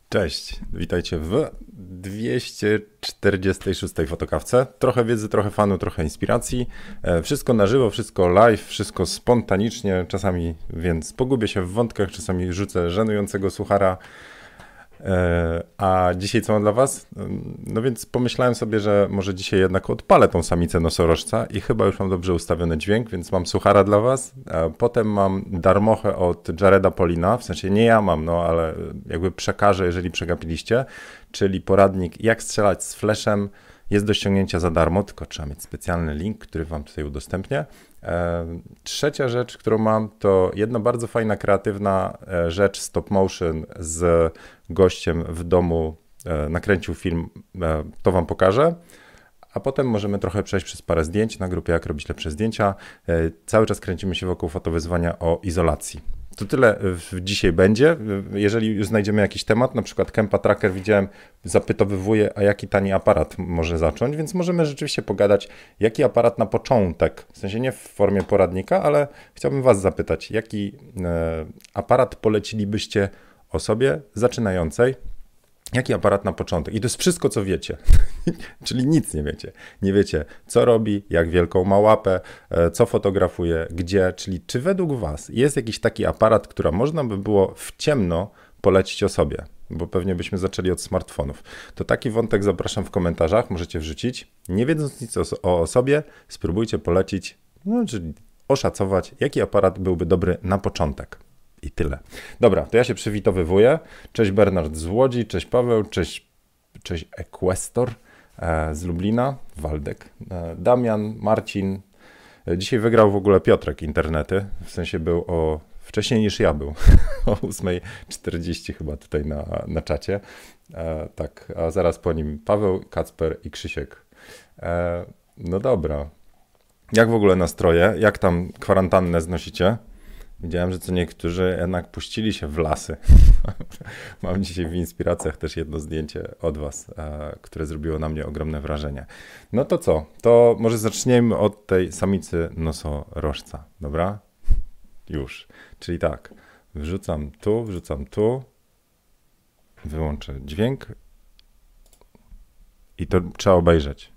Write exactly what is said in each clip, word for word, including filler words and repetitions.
Cześć, witajcie w dwieście czterdziestej szóstej fotokawce. Trochę wiedzy, trochę fanu, trochę inspiracji. E, Wszystko na żywo, wszystko live, wszystko spontanicznie. Czasami więc pogubię się w wątkach, czasami rzucę żenującego suchara. E, A dzisiaj co mam dla was? No więc pomyślałem sobie, że może dzisiaj jednak odpalę tą samicę nosorożca i chyba już mam dobrze ustawiony dźwięk, więc mam suchara dla was. A potem mam darmochę od Jareda Polina, w sensie nie ja mam, no ale jakby przekażę, jeżeli przegapiliście, czyli poradnik jak strzelać z flashem. Jest do ściągnięcia za darmo, tylko trzeba mieć specjalny link, który wam tutaj udostępnię. E, Trzecia rzecz, którą mam, to jedna bardzo fajna, kreatywna e, rzecz stop motion z gościem w domu. E, Nakręcił film, e, to wam pokażę. A potem możemy trochę przejść przez parę zdjęć na grupie Jak robić lepsze zdjęcia. E, Cały czas kręcimy się wokół fotowyzwania o izolacji. To tyle w- dzisiaj będzie. Jeżeli już znajdziemy jakiś temat, na przykład Kempa Tracker widziałem, zapytowywuje, a jaki tani aparat może zacząć, więc możemy rzeczywiście pogadać, jaki aparat na początek, w sensie nie w formie poradnika, ale chciałbym was zapytać, jaki e, aparat polecilibyście osobie zaczynającej, jaki aparat na początek? I to jest wszystko, co wiecie. Czyli nic nie wiecie. Nie wiecie, co robi, jak wielką ma łapę, e, co fotografuje, gdzie. Czyli czy według was jest jakiś taki aparat, który można by było w ciemno polecić osobie? Bo pewnie byśmy zaczęli od smartfonów. To taki wątek zapraszam w komentarzach, możecie wrzucić. Nie wiedząc nic o, o osobie, spróbujcie polecić, no, czyli oszacować, jaki aparat byłby dobry na początek. I tyle. Dobra, to ja się przywitowywuję. Cześć Bernard z Łodzi, cześć Paweł, cześć, cześć Equestor e, z Lublina, Waldek, e, Damian, Marcin. E, Dzisiaj wygrał w ogóle Piotrek internety, w sensie był o wcześniej niż ja był, o ósma czterdzieści chyba tutaj na, na czacie. E, tak, a zaraz po nim Paweł, Kacper i Krzysiek. E, no dobra. Jak w ogóle nastroje? Jak tam kwarantannę znosicie? Widziałem, że co niektórzy jednak puścili się w lasy. Mam dzisiaj w inspiracjach też jedno zdjęcie od was, e, które zrobiło na mnie ogromne wrażenie. No to co? To może zaczniemy od tej samicy nosorożca, dobra? Już. Czyli tak, wrzucam tu, wrzucam tu, wyłączę dźwięk i to trzeba obejrzeć.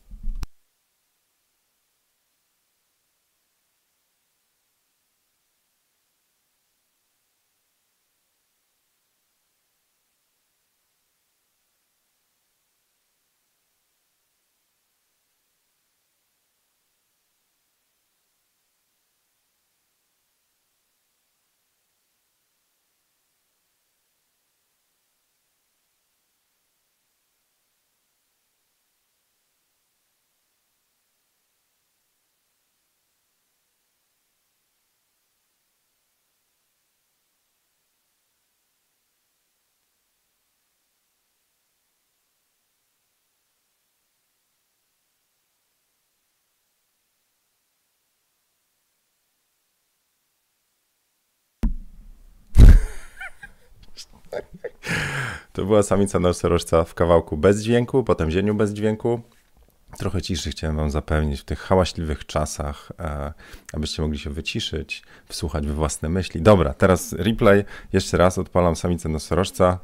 To była samica nosorożca w kawałku bez dźwięku, potem zieniu bez dźwięku. Trochę ciszy chciałem wam zapewnić w tych hałaśliwych czasach, e, abyście mogli się wyciszyć, wsłuchać we własne myśli. Dobra, teraz replay. Jeszcze raz odpalam samicę nosorożca.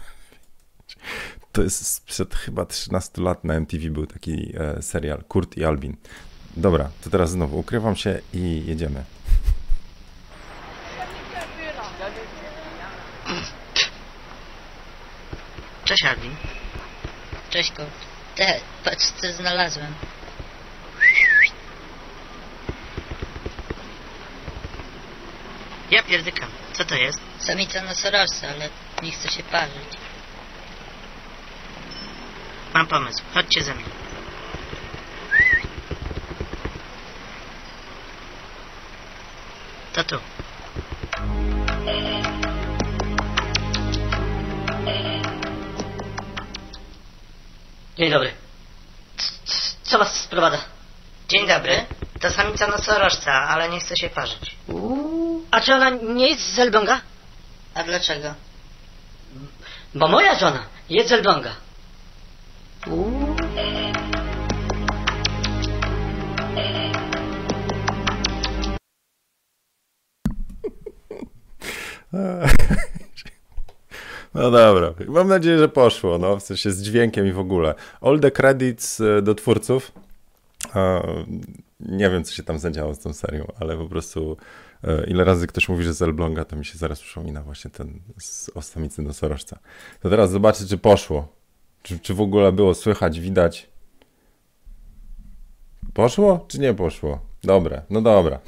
To jest sprzed chyba trzynastu lat na M T V był taki e, serial Kurt i Albin. Dobra, to teraz znowu ukrywam się i jedziemy. Cześć Alvin. Cześć kot. Te, patrz co znalazłem. Ja pierdykam. Co to jest? Samica nosorożca, ale nie chce się parzyć. Mam pomysł. Chodźcie ze mną. To tu. Dzień dobry. C- c- Co was sprowadza? Dzień dobry. To samica nosorożca, ale nie chce się parzyć. Uuu. A czy ona nie jest z Elbląga? A dlaczego? Bo moja żona jest z Elbląga. Uuu. No dobra, mam nadzieję, że poszło, no, w sensie z dźwiękiem i w ogóle. All the credits do twórców. Nie wiem, co się tam zadziało z tą serią, ale po prostu ile razy ktoś mówi, że z Elbląga, to mi się zaraz przypomina właśnie ten z Ostamicy Nosorożca. To teraz zobaczę, czy poszło. Czy, czy w ogóle było słychać, widać. Poszło, czy nie poszło? Dobra, no dobra.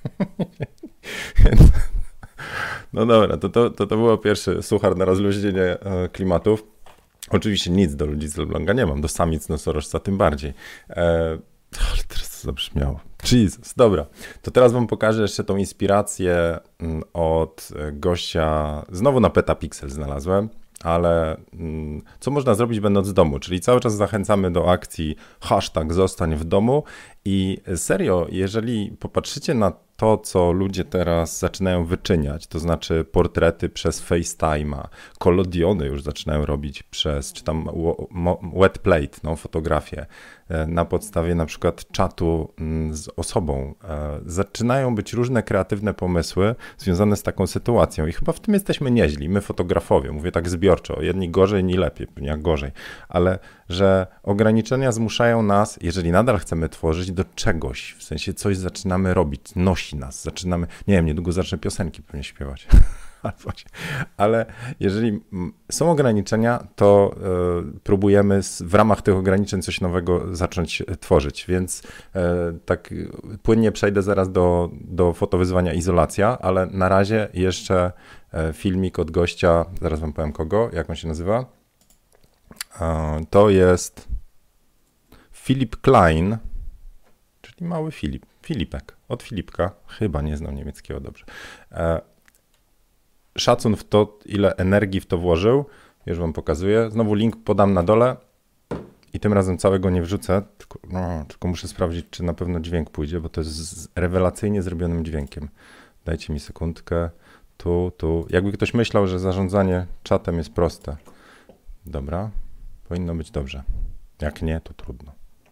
No dobra, to, to, to, to było pierwszy suchar na rozluźnienie klimatów. Oczywiście nic do ludzi z Elbląga nie mam, do samic nosorożca tym bardziej. E, ale teraz to zabrzmiało. Jesus, dobra. To teraz wam pokażę jeszcze tą inspirację od gościa, znowu na Petapixel znalazłem, ale co można zrobić będąc w domu, czyli cały czas zachęcamy do akcji hashtag zostań w domu i serio, jeżeli popatrzycie na to, co ludzie teraz zaczynają wyczyniać, to znaczy portrety przez FaceTime'a, kolodiony już zaczynają robić przez, czy tam wet plate, no, fotografię, na podstawie na przykład czatu z osobą. Zaczynają być różne kreatywne pomysły związane z taką sytuacją i chyba w tym jesteśmy nieźli, my fotografowie, mówię tak zbiorczo, jedni gorzej, inni lepiej, nie gorzej, ale że ograniczenia zmuszają nas, jeżeli nadal chcemy tworzyć, do czegoś, w sensie coś zaczynamy robić, nosi nas, zaczynamy, nie wiem, niedługo zacznę piosenki pewnie śpiewać, ale jeżeli są ograniczenia, to y, próbujemy w ramach tych ograniczeń coś nowego zacząć tworzyć, więc y, tak płynnie przejdę zaraz do, do fotowyzwania Izolacja, ale na razie jeszcze y, filmik od gościa, zaraz wam powiem kogo, jak on się nazywa, y, to jest Filip Klein, czyli mały Filip, Filipek, od Filipka, chyba nie znam niemieckiego dobrze. Y, Szacun w to, ile energii w to włożył, już wam pokazuję. Znowu link podam na dole i tym razem całego nie wrzucę, tylko, no, tylko muszę sprawdzić, czy na pewno dźwięk pójdzie, bo to jest z rewelacyjnie zrobionym dźwiękiem. Dajcie mi sekundkę. Tu, tu. Jakby ktoś myślał, że zarządzanie czatem jest proste. Dobra, powinno być dobrze. Jak nie, to trudno.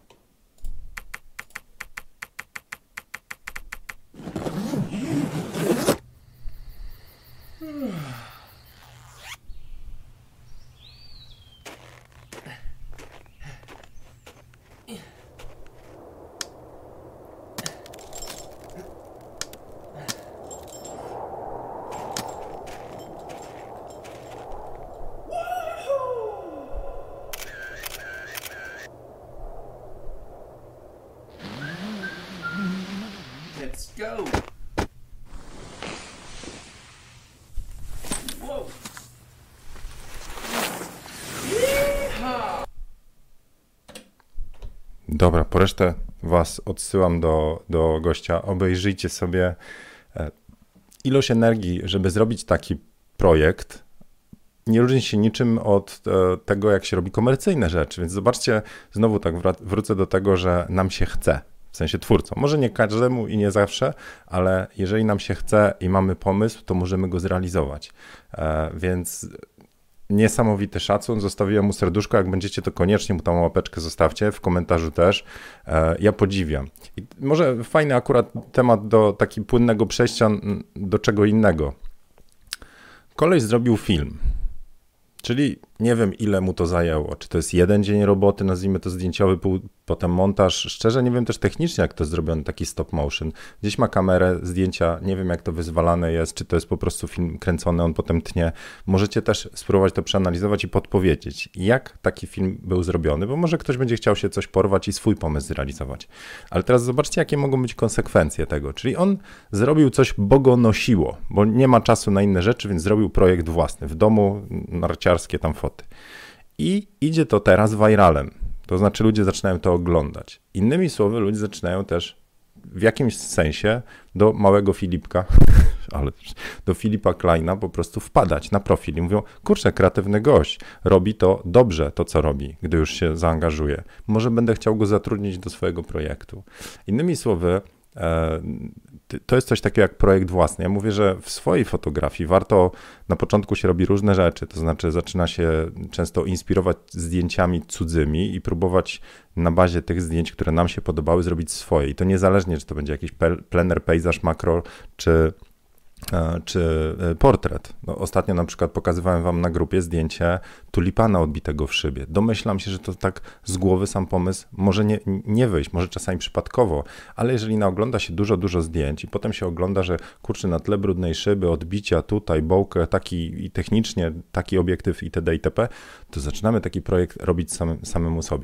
Let's go. Whoa. Dobra, po resztę was odsyłam do, do gościa. Obejrzyjcie sobie ilość energii, żeby zrobić taki projekt. Nie różni się niczym od tego, jak się robi komercyjne rzeczy, więc zobaczcie, znowu tak wrócę do tego, że nam się chce. W sensie twórcom. Może nie każdemu i nie zawsze, ale jeżeli nam się chce i mamy pomysł, to możemy go zrealizować. E, więc niesamowity szacun. Zostawiłem mu serduszko. Jak będziecie, to koniecznie mu tam łapeczkę zostawcie. W komentarzu też. E, ja podziwiam. I może fajny akurat temat do takiego płynnego przejścia do czego innego. Koleś zrobił film. Czyli nie wiem, ile mu to zajęło. Czy to jest jeden dzień roboty, nazwijmy to zdjęciowy, pół, potem montaż. Szczerze nie wiem też technicznie, jak to jest zrobiony taki stop motion. Gdzieś ma kamerę, zdjęcia, nie wiem, jak to wyzwalane jest, czy to jest po prostu film kręcony, on potem tnie. Możecie też spróbować to przeanalizować i podpowiedzieć, jak taki film był zrobiony, bo może ktoś będzie chciał się coś porwać i swój pomysł zrealizować. Ale teraz zobaczcie, jakie mogą być konsekwencje tego. Czyli on zrobił coś, bo go nosiło, bo nie ma czasu na inne rzeczy, więc zrobił projekt własny. W domu narciarskie tam foty. I idzie to teraz viralem. To znaczy ludzie zaczynają to oglądać. Innymi słowy, ludzie zaczynają też w jakimś sensie do małego Filipka, ale do Filipa Kleina po prostu wpadać na profil i mówią, kurczę, kreatywny gość, robi to dobrze, to co robi, gdy już się zaangażuje. Może będę chciał go zatrudnić do swojego projektu. Innymi słowy, to jest coś takiego jak projekt własny. Ja mówię, że w swojej fotografii warto, na początku się robi różne rzeczy, to znaczy zaczyna się często inspirować zdjęciami cudzymi i próbować na bazie tych zdjęć, które nam się podobały, zrobić swoje. I to niezależnie, czy to będzie jakiś plener, pejzaż, makro, czy czy portret. No, ostatnio na przykład pokazywałem wam na grupie zdjęcie tulipana odbitego w szybie. Domyślam się, że to tak z głowy sam pomysł może nie, nie wyjść, może czasami przypadkowo, ale jeżeli naogląda się dużo, dużo zdjęć i potem się ogląda, że kurczę, na tle brudnej szyby, odbicia tutaj, bołkę, taki i technicznie, taki obiektyw itd. itp., to zaczynamy taki projekt robić samym, samemu sobie.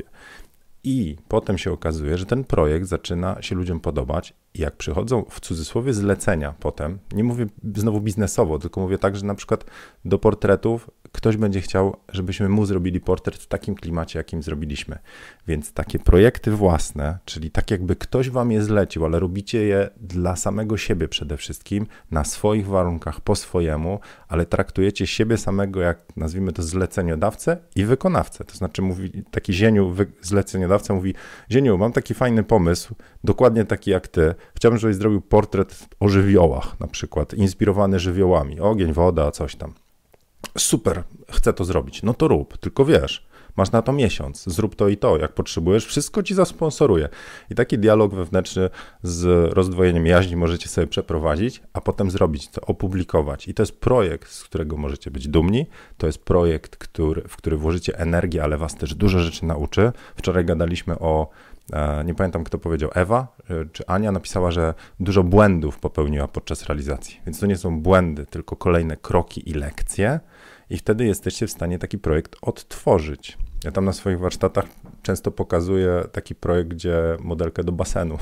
I potem się okazuje, że ten projekt zaczyna się ludziom podobać i jak przychodzą w cudzysłowie zlecenia potem, nie mówię znowu biznesowo, tylko mówię tak, że na przykład do portretów ktoś będzie chciał, żebyśmy mu zrobili portret w takim klimacie, jakim zrobiliśmy. Więc takie projekty własne, czyli tak jakby ktoś wam je zlecił, ale robicie je dla samego siebie przede wszystkim, na swoich warunkach, po swojemu, ale traktujecie siebie samego jak, nazwijmy to, zleceniodawcę i wykonawcę. To znaczy mówi taki Zieniu, zleceniodawca mówi: Zieniu, mam taki fajny pomysł, dokładnie taki jak ty. Chciałbym, żebyś zrobił portret o żywiołach na przykład, inspirowany żywiołami. Ogień, woda, coś tam. Super, chcę to zrobić. No to rób, tylko wiesz, masz na to miesiąc, zrób to i to, jak potrzebujesz, wszystko ci zasponsoruję. I taki dialog wewnętrzny z rozdwojeniem jaźni możecie sobie przeprowadzić, a potem zrobić to, opublikować. I to jest projekt, z którego możecie być dumni. To jest projekt, który, w który włożycie energię, ale was też dużo rzeczy nauczy. Wczoraj gadaliśmy o, nie pamiętam kto powiedział, Ewa czy Ania napisała, że dużo błędów popełniła podczas realizacji. Więc to nie są błędy, tylko kolejne kroki i lekcje. I wtedy jesteście w stanie taki projekt odtworzyć. Ja tam na swoich warsztatach często pokazuję taki projekt, gdzie modelkę do basenu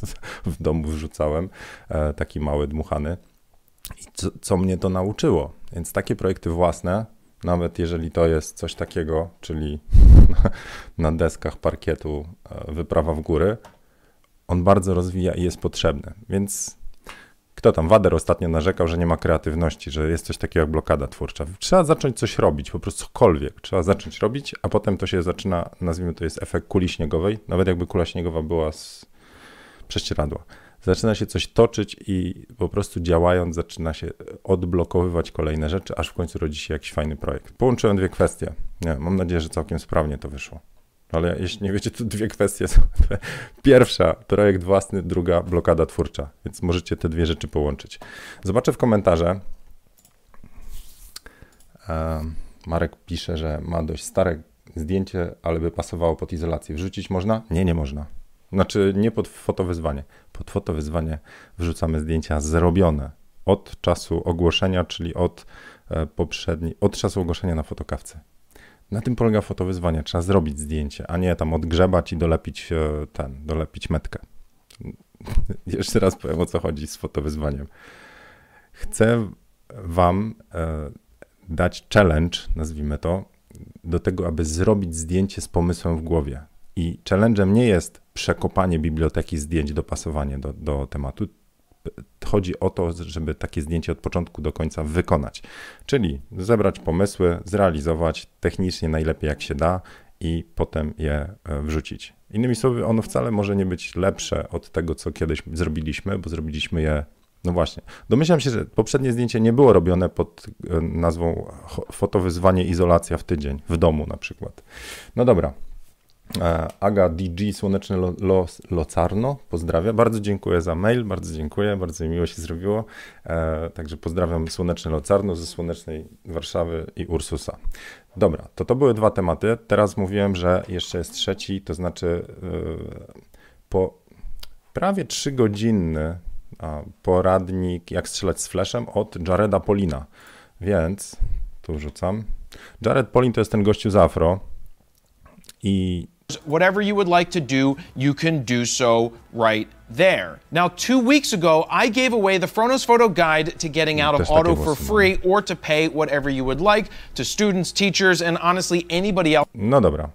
w domu wrzucałem, taki mały, dmuchany. I co, co mnie to nauczyło? Więc takie projekty własne, nawet jeżeli to jest coś takiego, czyli na deskach parkietu wyprawa w góry, on bardzo rozwija i jest potrzebny. Więc kto tam, Wader ostatnio narzekał, że nie ma kreatywności, że jest coś takiego jak blokada twórcza. Trzeba zacząć coś robić, po prostu cokolwiek. Trzeba zacząć robić, a potem to się zaczyna, nazwijmy to jest efekt kuli śniegowej, nawet jakby kula śniegowa była z prześcieradła. Zaczyna się coś toczyć i po prostu działając zaczyna się odblokowywać kolejne rzeczy, aż w końcu rodzi się jakiś fajny projekt. Połączyłem dwie kwestie. Nie, mam nadzieję, że całkiem sprawnie to wyszło. Ale jeśli nie wiecie, to dwie kwestie są. Pierwsza, projekt własny, druga, blokada twórcza. Więc możecie te dwie rzeczy połączyć. Zobaczę w komentarze. Marek pisze, że ma dość stare zdjęcie, ale by pasowało pod izolację. Wrzucić można? Nie, nie można. Znaczy nie pod fotowyzwanie. Pod fotowyzwanie wrzucamy zdjęcia zrobione od czasu ogłoszenia, czyli od poprzedniej, od czasu ogłoszenia na fotokawce. Na tym polega fotowyzwanie. Trzeba zrobić zdjęcie, a nie tam odgrzebać i dolepić ten, dolepić metkę. Jeszcze raz powiem, o co chodzi z fotowyzwaniem. Chcę wam dać challenge, nazwijmy to, do tego, aby zrobić zdjęcie z pomysłem w głowie. I challenge'em nie jest przekopanie biblioteki zdjęć, dopasowanie do, do tematu. Chodzi o to, żeby takie zdjęcie od początku do końca wykonać. Czyli zebrać pomysły, zrealizować technicznie najlepiej jak się da i potem je wrzucić. Innymi słowy, ono wcale może nie być lepsze od tego, co kiedyś zrobiliśmy, bo zrobiliśmy je, no właśnie. Domyślam się, że poprzednie zdjęcie nie było robione pod nazwą fotowyzwanie izolacja w tydzień, w domu na przykład. No dobra. Aga D G Słoneczne Lo, Lo, Locarno pozdrawia. Bardzo dziękuję za mail, bardzo dziękuję, bardzo mi miło się zrobiło. E, także pozdrawiam Słoneczne Locarno ze Słonecznej Warszawy i Ursusa. Dobra, to to były dwa tematy. Teraz mówiłem, że jeszcze jest trzeci, to znaczy e, po prawie trzygodzinny poradnik jak strzelać z flashem od Jareda Polina. Więc tu rzucam. Jared Polin to jest ten gościu z afro i whatever you would like to do, you can do so right there. Now, two weeks ago, I gave away the Fronos Photo Guide to getting out of auto for free or to pay whatever you would like to students, teachers, and honestly anybody else. No dobra.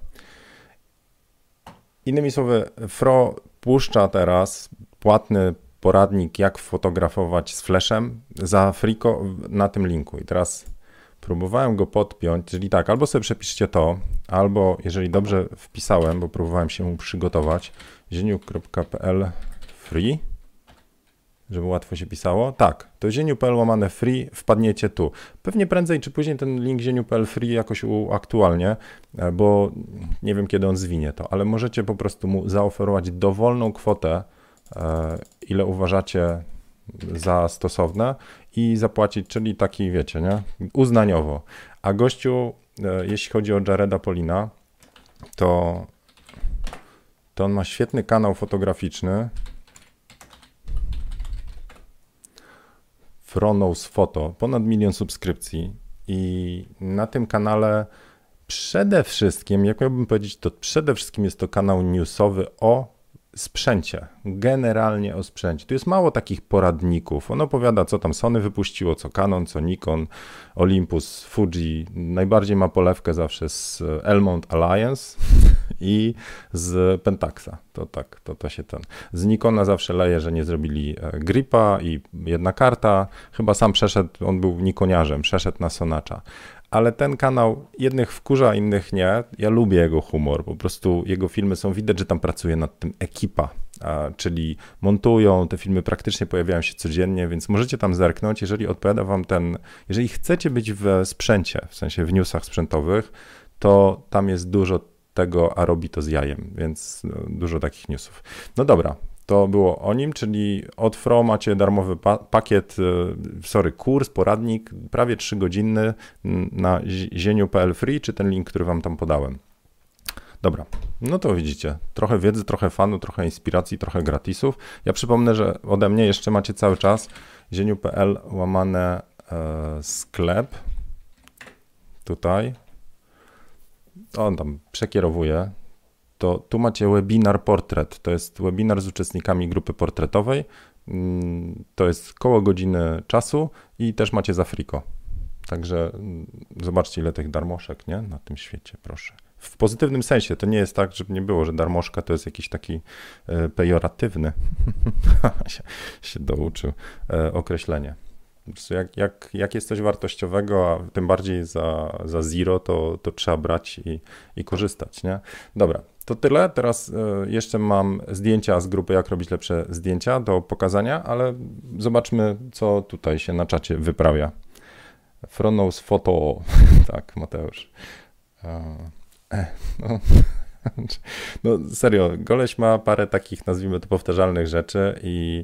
Innymi słowy, Fro puszcza teraz płatny poradnik, jak fotografować z flashem za friko na tym linku. I teraz próbowałem go podpiąć, czyli tak, albo sobie przepiszcie to, albo jeżeli dobrze wpisałem, bo próbowałem się mu przygotować, zieniu kropka p l free, żeby łatwo się pisało. Tak, to zieniu kropka p l łamane free, wpadniecie tu. Pewnie prędzej czy później ten link zieniu kropka p l free jakoś uaktualnię, bo nie wiem kiedy on zwinie to, ale możecie po prostu mu zaoferować dowolną kwotę, ile uważacie za stosowne i zapłacić, czyli taki, wiecie, nie? Uznaniowo. A gościu, jeśli chodzi o Jareda Pollina, to, to on ma świetny kanał fotograficzny. Fronos Photo, ponad milion subskrypcji i na tym kanale przede wszystkim, jak miałbym powiedzieć, to przede wszystkim jest to kanał newsowy o sprzęcie, generalnie o sprzęcie. Tu jest mało takich poradników. On opowiada, co tam Sony wypuściło, co Canon, co Nikon, Olympus, Fuji. Najbardziej ma polewkę zawsze z Elmont Alliance i z Pentaxa. To tak, to, to się ten. Z Nikona zawsze leje, że nie zrobili gripa i jedna karta. Chyba sam przeszedł, on był nikoniarzem, przeszedł na Sonacza. Ale ten kanał jednych wkurza, innych nie. Ja lubię jego humor, po prostu jego filmy są, widać, że tam pracuje nad tym ekipa, a, czyli montują, te filmy praktycznie pojawiają się codziennie, więc możecie tam zerknąć, jeżeli odpowiada wam ten, jeżeli chcecie być w sprzęcie, w sensie w newsach sprzętowych, to tam jest dużo tego, a robi to z jajem, więc no, dużo takich newsów. No dobra. To było o nim, czyli od Fro macie darmowy pa- pakiet, sorry, kurs, poradnik, prawie trzygodzinny na zieniu kropka p l free, czy ten link, który wam tam podałem. Dobra, no to widzicie, trochę wiedzy, trochę fanu, trochę inspiracji, trochę gratisów. Ja przypomnę, że ode mnie jeszcze macie cały czas zieniu kropka p l łamane e, sklep, tutaj, on tam przekierowuje. To tu macie webinar portret, to jest webinar z uczestnikami grupy portretowej, to jest koło godziny czasu i też macie za friko. Także zobaczcie, ile tych darmoszek, nie? Na tym świecie, proszę. W pozytywnym sensie, to nie jest tak, żeby nie było, że darmożka to jest jakiś taki pejoratywny, się, się douczył określenie. Jak, jak, jak jest coś wartościowego, a tym bardziej za, za zero, to, to trzeba brać i, i korzystać, nie? Dobra, to tyle. Teraz jeszcze mam zdjęcia z grupy Jak robić lepsze zdjęcia do pokazania, ale zobaczmy, co tutaj się na czacie wyprawia. Fronos Photo, tak, Mateusz. No, no serio, goleś ma parę takich, nazwijmy to, powtarzalnych rzeczy i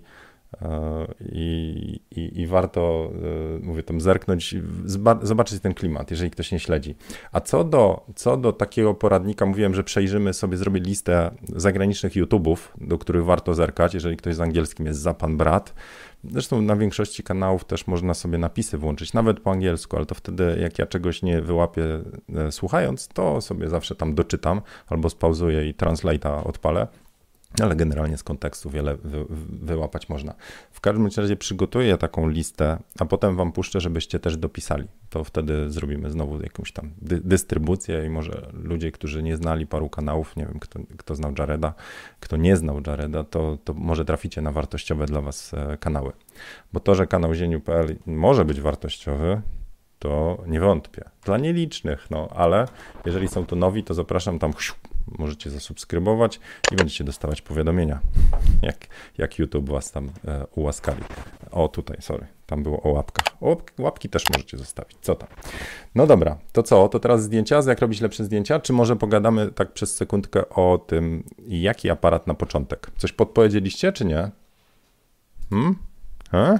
I, i, i warto, mówię, tam zerknąć, zobaczyć ten klimat, jeżeli ktoś nie śledzi. A co do, co do takiego poradnika, mówiłem, że przejrzymy sobie, zrobię listę zagranicznych YouTube'ów, do których warto zerkać, jeżeli ktoś z angielskim jest za pan brat. Zresztą na większości kanałów też można sobie napisy włączyć, nawet po angielsku, ale to wtedy, jak ja czegoś nie wyłapię słuchając, to sobie zawsze tam doczytam albo spauzuję i translate'a odpalę. Ale generalnie z kontekstu wiele wy, wyłapać można. W każdym razie przygotuję taką listę, a potem wam puszczę, żebyście też dopisali. To wtedy zrobimy znowu jakąś tam dy, dystrybucję i może ludzie, którzy nie znali paru kanałów, nie wiem, kto, kto znał Jareda, kto nie znał Jareda, to, to może traficie na wartościowe dla was kanały. Bo to, że kanał zieniu kropka p l może być wartościowy, to nie wątpię. Dla nielicznych, no, ale jeżeli są to nowi, to zapraszam tam, możecie zasubskrybować i będziecie dostawać powiadomienia, jak, jak YouTube was tam e, ułaskawi. O, tutaj, sorry, tam było o łapkach. O, łapki, łapki też możecie zostawić, co tam. No dobra, to co, to teraz zdjęcia, jak robić lepsze zdjęcia, czy może pogadamy tak przez sekundkę o tym, jaki aparat na początek? Coś podpowiedzieliście, czy nie? Hmm? He?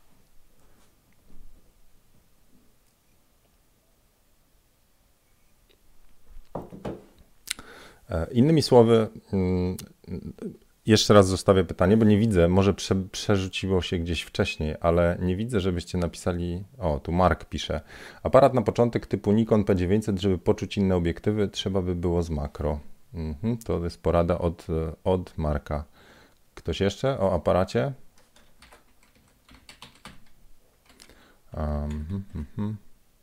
Innymi słowy, jeszcze raz zostawię pytanie, bo nie widzę, może prze, przerzuciło się gdzieś wcześniej, ale nie widzę, żebyście napisali, o tu Mark pisze, aparat na początek typu Nikon P dziewięćset, żeby poczuć inne obiektywy, trzeba by było z makro. Mhm, to jest porada od, od Marka. Ktoś jeszcze o aparacie? Um, hmm, hmm, hmm.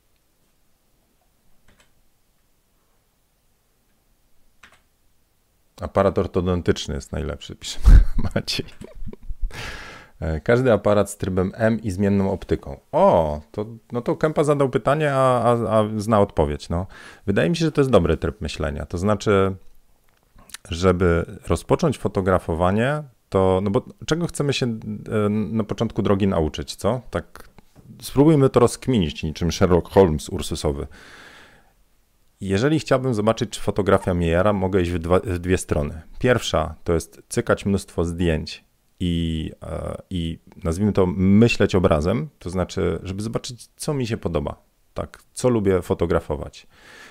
Aparat ortodontyczny jest najlepszy, pisze Maciej. Każdy aparat z trybem M i zmienną optyką. O, to, no to Kępa zadał pytanie, a, a, a zna odpowiedź. No. Wydaje mi się, że to jest dobry tryb myślenia. To znaczy, żeby rozpocząć fotografowanie, to, no bo czego chcemy się na początku drogi nauczyć, co? Tak, spróbujmy to rozkminić, niczym Sherlock Holmes ursusowy. Jeżeli chciałbym zobaczyć, czy fotografia mnie jara, mogę iść w, dwa, w dwie strony. Pierwsza to jest cykać mnóstwo zdjęć i, i nazwijmy to myśleć obrazem, to znaczy, żeby zobaczyć, co mi się podoba, tak, co lubię fotografować.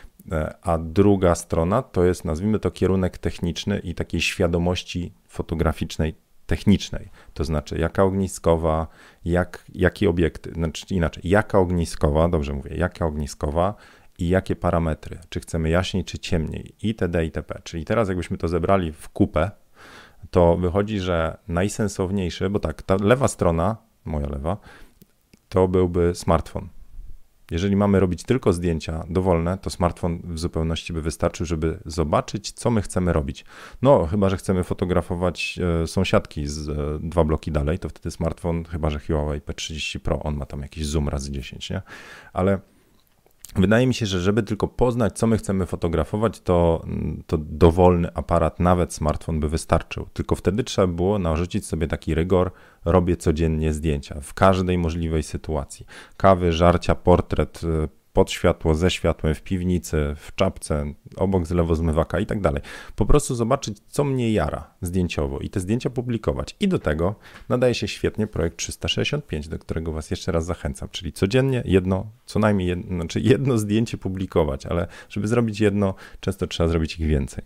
A druga strona to jest, nazwijmy to, kierunek techniczny i takiej świadomości fotograficznej, technicznej, to znaczy jaka ogniskowa, jak, jaki obiekty, znaczy inaczej, jaka ogniskowa, dobrze mówię, jaka ogniskowa i jakie parametry, czy chcemy jaśniej, czy ciemniej, itd., itp. Czyli teraz jakbyśmy to zebrali w kupę, to wychodzi, że najsensowniejszy, bo tak, ta lewa strona, moja lewa, to byłby smartfon. Jeżeli mamy robić tylko zdjęcia dowolne, to smartfon w zupełności by wystarczył, żeby zobaczyć, co my chcemy robić. No, chyba że chcemy fotografować e, sąsiadki z e, dwa bloki dalej, to wtedy smartfon, chyba że Huawei P trzydzieści Pro, on ma tam jakiś zoom razy dziesięć, nie? Ale wydaje mi się, że żeby tylko poznać, co my chcemy fotografować, to, to dowolny aparat, nawet smartfon by wystarczył. Tylko wtedy trzeba było narzucić sobie taki rygor, robię codziennie zdjęcia w każdej możliwej sytuacji. Kawy, żarcia, portret, pod światło, ze światłem, w piwnicy, w czapce, obok zlewozmywaka i tak dalej. Po prostu zobaczyć, co mnie jara zdjęciowo i te zdjęcia publikować. I do tego nadaje się świetnie projekt trzysta sześćdziesiąt pięć, do którego was jeszcze raz zachęcam, czyli codziennie jedno, co najmniej jedno, znaczy jedno zdjęcie publikować, ale żeby zrobić jedno, często trzeba zrobić ich więcej.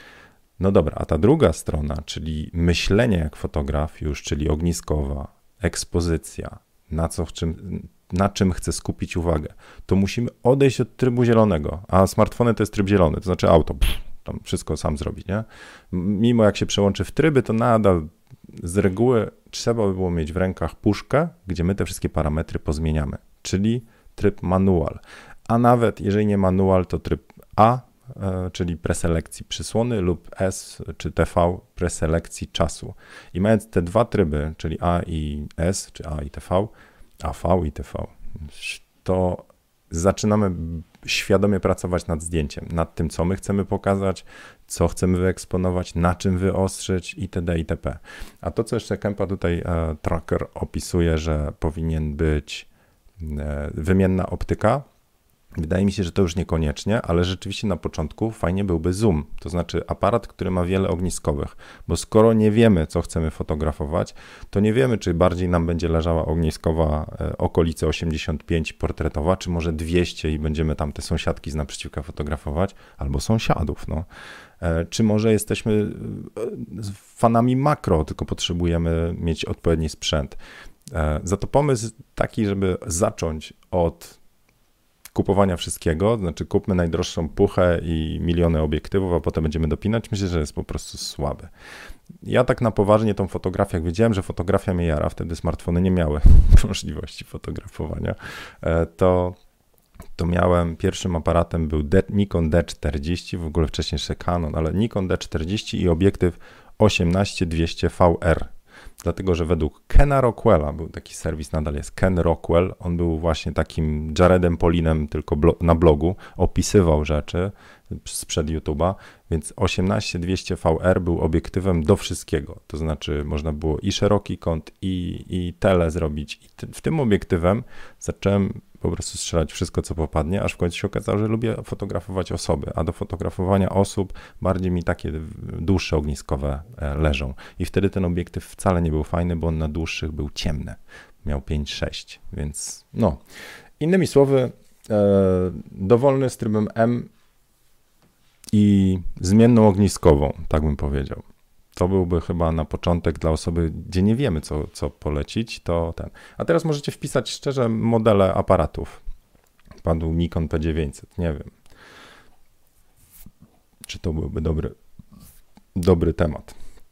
No dobra, a ta druga strona, czyli myślenie jak fotograf już, czyli ogniskowa, ekspozycja, na co, w czym, na czym chcę skupić uwagę, to musimy odejść od trybu zielonego, a smartfony to jest tryb zielony, to znaczy auto, pff, tam wszystko sam zrobi, nie? Mimo jak się przełączy w tryby, to nadal z reguły trzeba by było mieć w rękach puszkę, gdzie my te wszystkie parametry pozmieniamy, czyli tryb manual, a nawet jeżeli nie manual, to tryb A, czyli preselekcji przysłony, lub S czy T V, preselekcji czasu. I mając te dwa tryby, czyli A i S, czy A i T V, A V i T V, to zaczynamy świadomie pracować nad zdjęciem, nad tym, co my chcemy pokazać, co chcemy wyeksponować, na czym wyostrzyć itd. itp. A to, co jeszcze Kempa tutaj e, tracker opisuje, że powinien być e, wymienna optyka, wydaje mi się, że to już niekoniecznie, ale rzeczywiście na początku fajnie byłby zoom, to znaczy aparat, który ma wiele ogniskowych, bo skoro nie wiemy, co chcemy fotografować, to nie wiemy, czy bardziej nam będzie leżała ogniskowa okolice osiemdziesiąt pięć portretowa, czy może dwieście i będziemy tam te sąsiadki z naprzeciwka fotografować, albo sąsiadów, no. Czy może jesteśmy fanami makro, tylko potrzebujemy mieć odpowiedni sprzęt. Za to pomysł taki, żeby zacząć od kupowania wszystkiego, znaczy kupmy najdroższą puchę i miliony obiektywów, a potem będziemy dopinać, myślę, że jest po prostu słaby. Ja tak na poważnie tą fotografię, jak wiedziałem, że fotografia mnie jara, wtedy smartfony nie miały możliwości fotografowania, to, to miałem, pierwszym aparatem był D, Nikon D czterdzieści, w ogóle wcześniej jeszcze Canon, ale Nikon D czterdzieści i obiektyw osiemnaście dwieście V R. Dlatego, że według Kena Rockwella, był taki serwis, nadal jest Ken Rockwell, on był właśnie takim Jaredem Polinem tylko blo- na blogu, opisywał rzeczy sprzed YouTube'a, więc osiemnaście dwieście V R był obiektywem do wszystkiego, to znaczy można było i szeroki kąt, i, i tele zrobić. I ty, w tym obiektywem zacząłem po prostu strzelać wszystko, co popadnie, aż w końcu się okazało, że lubię fotografować osoby, a do fotografowania osób bardziej mi takie dłuższe ogniskowe leżą. I wtedy ten obiektyw wcale nie był fajny, bo on na dłuższych był ciemny. Miał pięć sześć, więc no. Innymi słowy, e, dowolny z trybem M i zmienną ogniskową, tak bym powiedział. To byłby chyba na początek dla osoby, gdzie nie wiemy, co, co polecić, to ten. A teraz możecie wpisać szczerze modele aparatów. Padł Nikon P dziewięćset, nie wiem, czy to byłby dobry, dobry temat.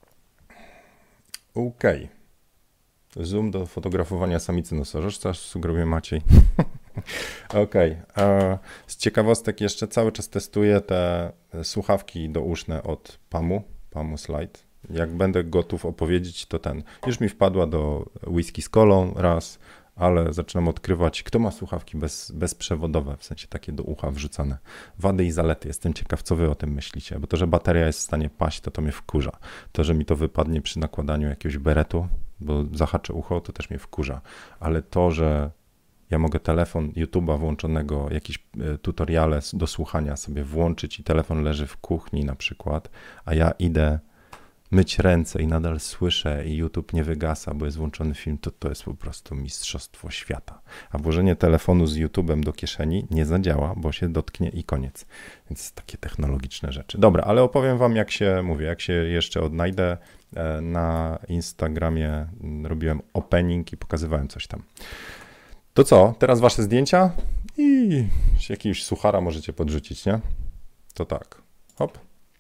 Okej. Okay. Zoom do fotografowania samicy nosorożca, sugeruje Maciej. Okej. Okay. Z ciekawostek jeszcze cały czas testuję te słuchawki douszne od Pamu, Pamu Slide. Jak będę gotów opowiedzieć, to ten. Już mi wpadła do whisky z kolą raz, ale zaczynam odkrywać, kto ma słuchawki bez, bezprzewodowe, w sensie takie do ucha wrzucane. Wady i zalety. Jestem ciekaw, co wy o tym myślicie, bo to, że bateria jest w stanie paść, to to mnie wkurza. To, że mi to wypadnie przy nakładaniu jakiegoś beretu, bo zahaczę ucho, to też mnie wkurza. Ale to, że ja mogę telefon YouTube'a włączonego, jakieś tutoriale do słuchania sobie włączyć i telefon leży w kuchni na przykład, a ja idę myć ręce i nadal słyszę i YouTube nie wygasa, bo jest włączony film, to to jest po prostu mistrzostwo świata. A włożenie telefonu z YouTube'em do kieszeni nie zadziała, bo się dotknie i koniec. Więc takie technologiczne rzeczy. Dobra, ale opowiem wam, jak się mówię, jak się jeszcze odnajdę. Na Instagramie robiłem opening i pokazywałem coś tam. To co? Teraz wasze zdjęcia i jakiegoś suchara możecie podrzucić, nie? To tak. Hop.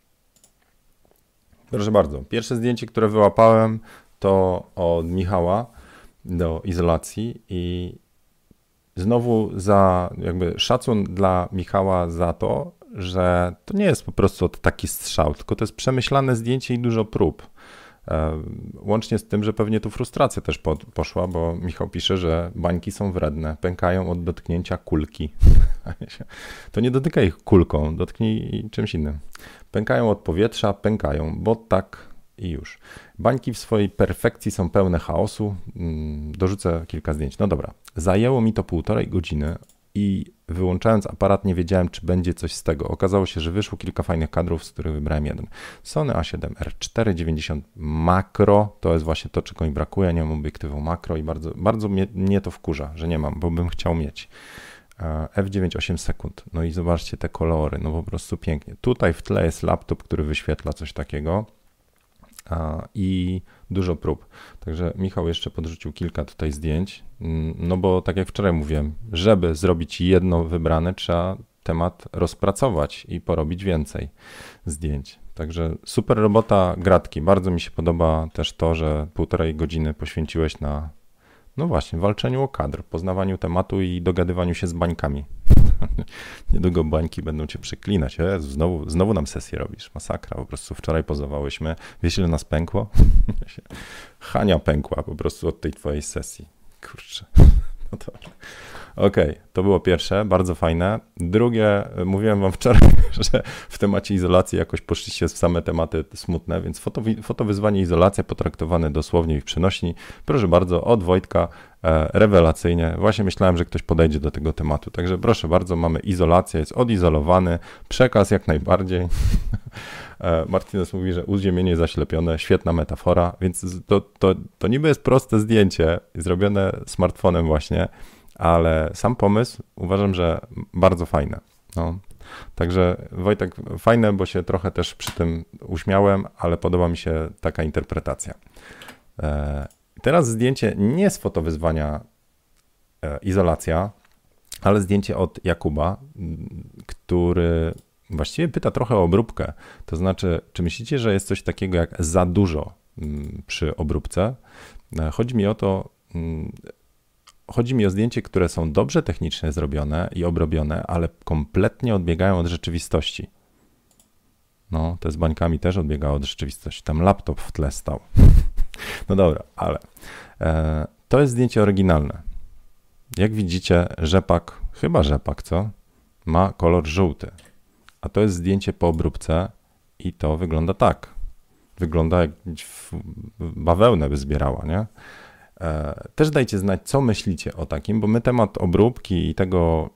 Proszę bardzo. Pierwsze zdjęcie, które wyłapałem, to od Michała do izolacji i znowu za jakby szacun dla Michała za to, że to nie jest po prostu taki strzał, tylko to jest przemyślane zdjęcie i dużo prób. Łącznie z tym, że pewnie tu frustracja też poszła, bo Michał pisze, że bańki są wredne, pękają od dotknięcia kulki. To nie dotykaj ich kulką, dotknij czymś innym. Pękają od powietrza, pękają, bo tak i już. Bańki w swojej perfekcji są pełne chaosu. Dorzucę kilka zdjęć. No dobra, zajęło mi to półtorej godziny i wyłączając aparat nie wiedziałem, czy będzie coś z tego. Okazało się, że wyszło kilka fajnych kadrów, z których wybrałem jeden. Sony A siedem R cztery dziewięćdziesiąt makro, to jest właśnie to, czego mi brakuje. Nie mam obiektywu makro i bardzo, bardzo mnie, mnie to wkurza, że nie mam, bo bym chciał mieć. F dziewięć osiem sekund. No i zobaczcie te kolory, no po prostu pięknie. Tutaj w tle jest laptop, który wyświetla coś takiego i dużo prób. Także Michał jeszcze podrzucił kilka tutaj zdjęć, no bo tak jak wczoraj mówiłem, żeby zrobić jedno wybrane, trzeba temat rozpracować i porobić więcej zdjęć. Także super robota Gratki. Bardzo mi się podoba też to, że półtorej godziny poświęciłeś na, no właśnie, walczeniu o kadr, poznawaniu tematu i dogadywaniu się z bańkami. Niedługo bańki będą cię przeklinać. Jezu, znowu, znowu nam sesję robisz. Masakra. Po prostu wczoraj pozowałyśmy. Wiesz, ile nas pękło? Hania pękła po prostu od tej twojej sesji. Kurczę. No to... Okej, okay, to było pierwsze, bardzo fajne. Drugie, mówiłem wam wczoraj, że w temacie izolacji jakoś poszliście w same tematy smutne, więc foto, fotowyzwanie izolacja potraktowane dosłownie i w przenośni. Proszę bardzo, od Wojtka, e, rewelacyjnie. Właśnie myślałem, że ktoś podejdzie do tego tematu. Także proszę bardzo, mamy izolację, jest odizolowany, przekaz jak najbardziej. e, Martinez mówi, że uziemienie zaślepione, świetna metafora, więc to, to, to niby jest proste zdjęcie, zrobione smartfonem właśnie, ale sam pomysł uważam, że bardzo fajne. No. Także Wojtek, fajne, bo się trochę też przy tym uśmiałem, ale podoba mi się taka interpretacja. E, teraz zdjęcie nie z fotowyzwania e, izolacja, ale zdjęcie od Jakuba, który właściwie pyta trochę o obróbkę. To znaczy, czy myślicie, że jest coś takiego jak za dużo m, przy obróbce? E, chodzi mi o to, m, Chodzi mi o zdjęcie, które są dobrze technicznie zrobione i obrobione, ale kompletnie odbiegają od rzeczywistości. No, to z bańkami też odbiegało od rzeczywistości. Tam laptop w tle stał. No dobra, ale e, to jest zdjęcie oryginalne. Jak widzicie, rzepak, chyba rzepak, co? Ma kolor żółty. A to jest zdjęcie po obróbce i to wygląda tak. Wygląda jak bawełnę by zbierała, nie? Też dajcie znać, co myślicie o takim, bo my temat obróbki i tego,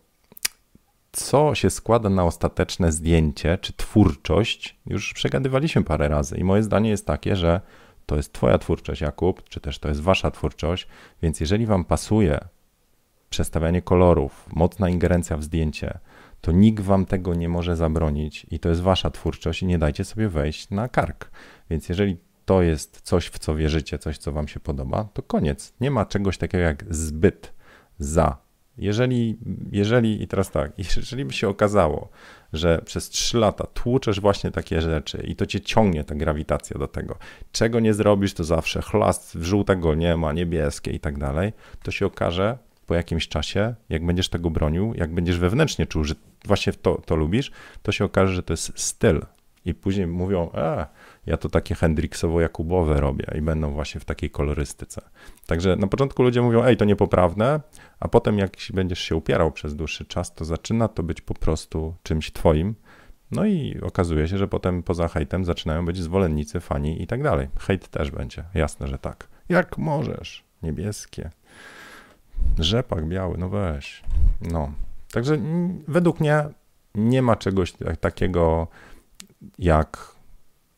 co się składa na ostateczne zdjęcie, czy twórczość, już przegadywaliśmy parę razy i moje zdanie jest takie, że to jest twoja twórczość, Jakub, czy też to jest wasza twórczość, więc jeżeli wam pasuje przestawianie kolorów, mocna ingerencja w zdjęcie, to nikt wam tego nie może zabronić i to jest wasza twórczość i nie dajcie sobie wejść na kark. Więc jeżeli to jest coś, w co wierzycie, coś, co wam się podoba, to koniec. Nie ma czegoś takiego jak zbyt, za. Jeżeli, jeżeli i teraz tak, jeżeli by się okazało, że przez trzy lata tłuczesz właśnie takie rzeczy i to cię ciągnie ta grawitacja do tego, czego nie zrobisz, to zawsze chlast żółtego nie ma, niebieskie i tak dalej, to się okaże po jakimś czasie, jak będziesz tego bronił, jak będziesz wewnętrznie czuł, że właśnie to, to lubisz, to się okaże, że to jest styl. I później mówią, e, ja to takie Hendriksowo-Jakubowe robię i będą właśnie w takiej kolorystyce. Także na początku ludzie mówią, ej, to niepoprawne, a potem jak będziesz się upierał przez dłuższy czas, to zaczyna to być po prostu czymś twoim. No i okazuje się, że potem poza hejtem zaczynają być zwolennicy, fani i tak dalej. Hejt też będzie, jasne, że tak. Jak możesz? Niebieskie. Rzepak biały, no weź. No, także według mnie nie ma czegoś takiego jak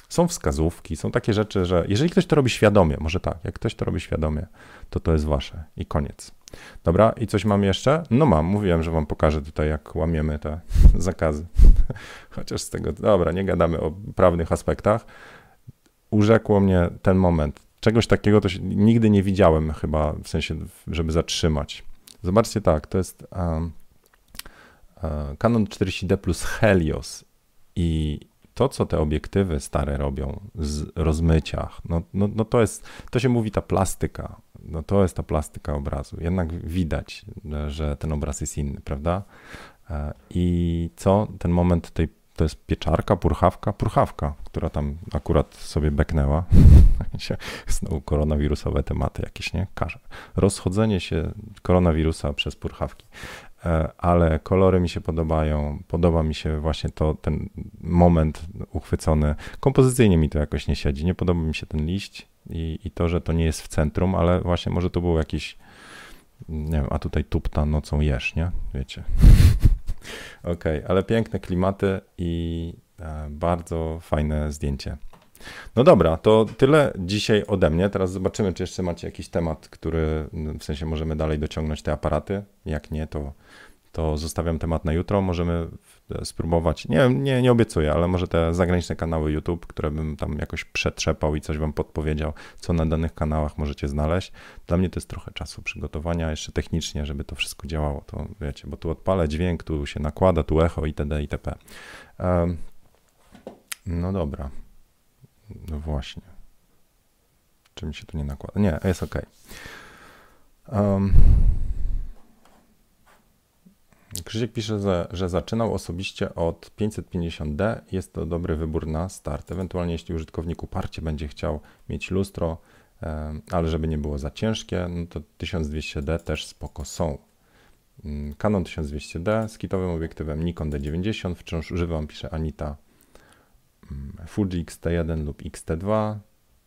Są wskazówki, są takie rzeczy, że jeżeli ktoś to robi świadomie, może tak, jak ktoś to robi świadomie, to to jest wasze i koniec. Dobra, i coś mam jeszcze? No mam, mówiłem, że wam pokażę tutaj, jak łamiemy te zakazy. Chociaż z tego, dobra, nie gadamy o prawnych aspektach. Urzekło mnie ten moment. Czegoś takiego to się, nigdy nie widziałem chyba, w sensie, żeby zatrzymać. Zobaczcie tak, to jest um, um, Canon czterdzieści D plus Helios i to, co te obiektywy stare robią z rozmyciach, no, no, no to jest, to się mówi ta plastyka, no to jest ta plastyka obrazu. Jednak widać, że ten obraz jest inny, prawda? I co? Ten moment tej, to jest pieczarka, purchawka, purchawka, która tam akurat sobie beknęła. Znowu koronawirusowe tematy jakieś, nie? Rozchodzenie się koronawirusa przez purchawki. Ale kolory mi się podobają, podoba mi się właśnie to, ten moment uchwycony. Kompozycyjnie mi to jakoś nie siedzi, nie podoba mi się ten liść i, i to, że to nie jest w centrum, ale właśnie może to był jakiś, nie wiem, a tutaj tupta nocą jesz, nie? Wiecie. Okej, okay, ale piękne klimaty i bardzo fajne zdjęcie. No dobra, to tyle dzisiaj ode mnie. Teraz zobaczymy, czy jeszcze macie jakiś temat, który, w sensie możemy dalej dociągnąć te aparaty. Jak nie, to, to zostawiam temat na jutro. Możemy spróbować, nie wiem, nie, nie obiecuję, ale może te zagraniczne kanały YouTube, które bym tam jakoś przetrzepał i coś wam podpowiedział, co na danych kanałach możecie znaleźć. Dla mnie to jest trochę czasu przygotowania, jeszcze technicznie, żeby to wszystko działało. To wiecie, bo tu odpalę dźwięk, tu się nakłada, tu echo itd. itp. Um, no dobra. No właśnie. Czy mi się tu nie nakłada? Nie, jest ok. Um. Krzysiek pisze, że, że zaczynał osobiście od pięćset pięćdziesiąt D. Jest to dobry wybór na start. Ewentualnie jeśli użytkownik uparcie będzie chciał mieć lustro, um, ale żeby nie było za ciężkie, no to tysiąc dwieście D też spoko są. Um, Canon tysiąc dwieście D z kitowym obiektywem Nikon D dziewięćdziesiąt. Wciąż używam, pisze Anita. Fuji X T jeden lub X T dwa,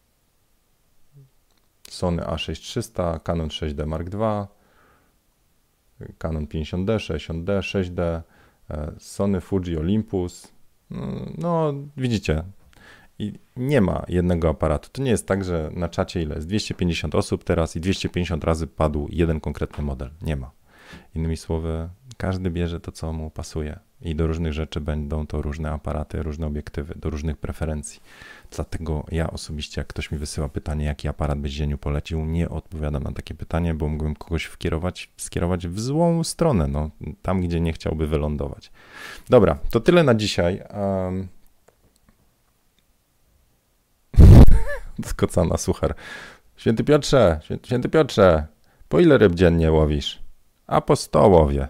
Sony A sześć trzysta, Canon sześć D Mark dwa, Canon pięćdziesiąt D, sześćdziesiąt D, sześć D, Sony Fuji Olympus. No widzicie, i nie ma jednego aparatu. To nie jest tak, że na czacie ile jest dwieście pięćdziesiąt osób teraz i dwieście pięćdziesiąt razy padł jeden konkretny model. Nie ma. Innymi słowy, każdy bierze to, co mu pasuje. I do różnych rzeczy będą to różne aparaty, różne obiektywy, do różnych preferencji. Dlatego ja osobiście, jak ktoś mi wysyła pytanie, jaki aparat byś Zieniu polecił, nie odpowiadam na takie pytanie, bo mógłbym kogoś wkierować, skierować w złą stronę, no, tam, gdzie nie chciałby wylądować. Dobra, to tyle na dzisiaj. Um... Skocana, suchar. Święty Piotrze, święty Piotrze, po ile ryb dziennie łowisz? A po sto łowię.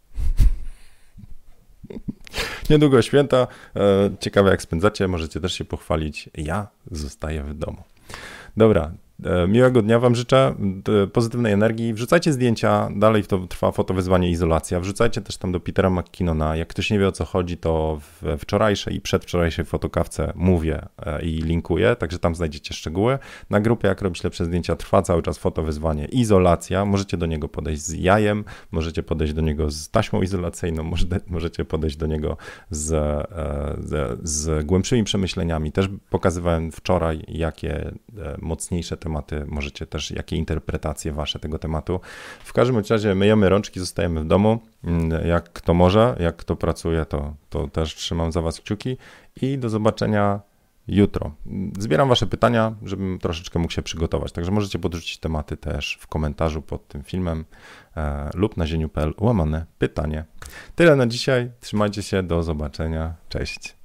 Niedługo święta, ciekawe jak spędzacie, możecie też się pochwalić. Ja zostaję w domu. Dobra, miłego dnia wam życzę, pozytywnej energii. Wrzucajcie zdjęcia, dalej to trwa fotowyzwanie, izolacja. Wrzucajcie też tam do Petera McKinnona. Jak ktoś nie wie o co chodzi, to w wczorajszej i przedwczorajszej fotokawce mówię i linkuję, także tam znajdziecie szczegóły. Na grupie Jak robić lepsze zdjęcia trwa cały czas fotowyzwanie, izolacja. Możecie do niego podejść z jajem, możecie podejść do niego z taśmą izolacyjną, możecie podejść do niego z, z, z głębszymi przemyśleniami. Też pokazywałem wczoraj, jakie mocniejsze tematy możecie też, jakie interpretacje wasze tego tematu. W każdym razie myjemy rączki, zostajemy w domu. Jak kto może, jak kto pracuje, to, to też trzymam za was kciuki i do zobaczenia jutro. Zbieram wasze pytania, żebym troszeczkę mógł się przygotować, także możecie podrzucić tematy też w komentarzu pod tym filmem e, lub na zieniu kropka pe el łamane pytanie. Tyle na dzisiaj, trzymajcie się, do zobaczenia, cześć.